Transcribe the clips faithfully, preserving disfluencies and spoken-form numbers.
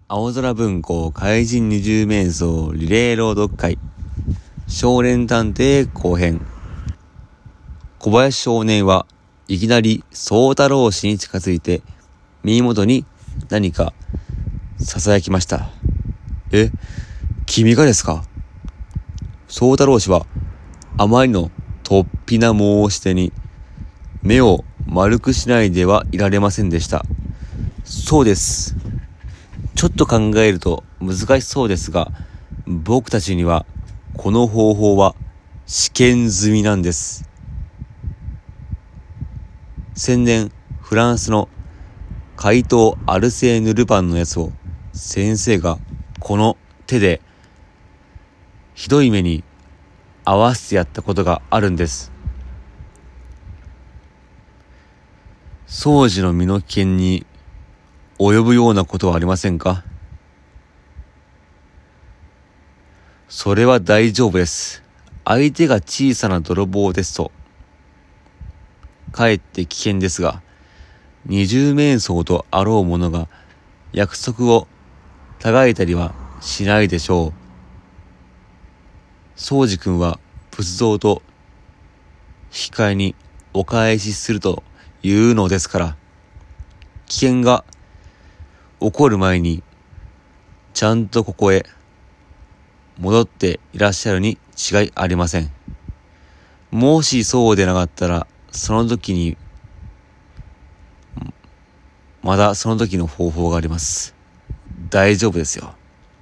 青空文庫怪人二十面相リレー朗読会少年探偵後編。小林少年はいきなり宗太郎氏に近づいて耳元に何か囁きました。え、君がですか？宗太郎氏はあまりのとっぴな申し出に目を丸くしないではいられませんでした。そうです。ちょっと考えると難しそうですが、僕たちにはこの方法は試験済みなんです。先年フランスの怪盗アルセーヌ・ルパンのやつを先生がこの手でひどい目に合わせてやったことがあるんです。宗司の身の危険に及ぶようなことはありませんか？それは大丈夫です。相手が小さな泥棒ですとかえって危険ですが、二十面相とあろう者が約束をたがいたりはしないでしょう。宗司君は仏像と引き換えにお返しするというのですから、危険が起こる前にちゃんとここへ戻っていらっしゃるに違いありません。もしそうでなかったら、その時にまだその時の方法があります。大丈夫ですよ。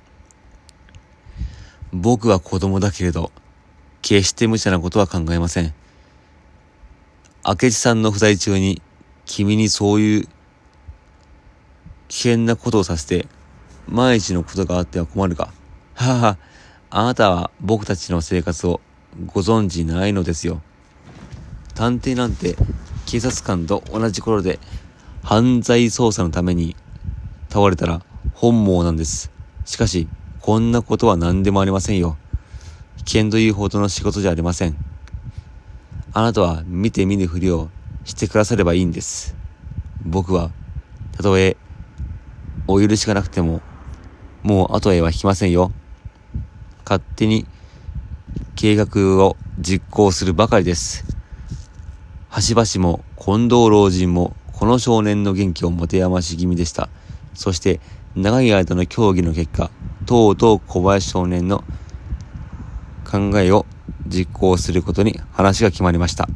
僕は子供だけれど決して無茶なことは考えません。明智さんの不在中に君にそういう危険なことをさせて万一のことがあっては困るか。はは、あなたは僕たちの生活をご存じないのですよ。探偵なんて警察官と同じ頃で犯罪捜査のために倒れたら本望なんです。しかしこんなことは何でもありませんよ。危険というほどの仕事じゃありません。あなたは見て見ぬふりをしてくださればいいんです。僕はたとえお許しがなくてももう後へは引きませんよ。勝手に計画を実行するばかりです。端々も近藤老人もこの少年の元気を持て余し気味でした。そして長い間の協議の結果、とうとう小林少年の考えを実行することに話が決まりました。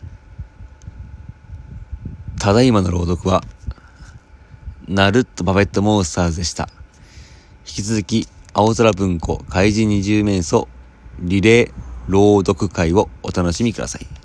ただいまの朗読はナルットパペットモンスターズでした。引き続き青空文庫怪人二十面相リレー朗読会をお楽しみください。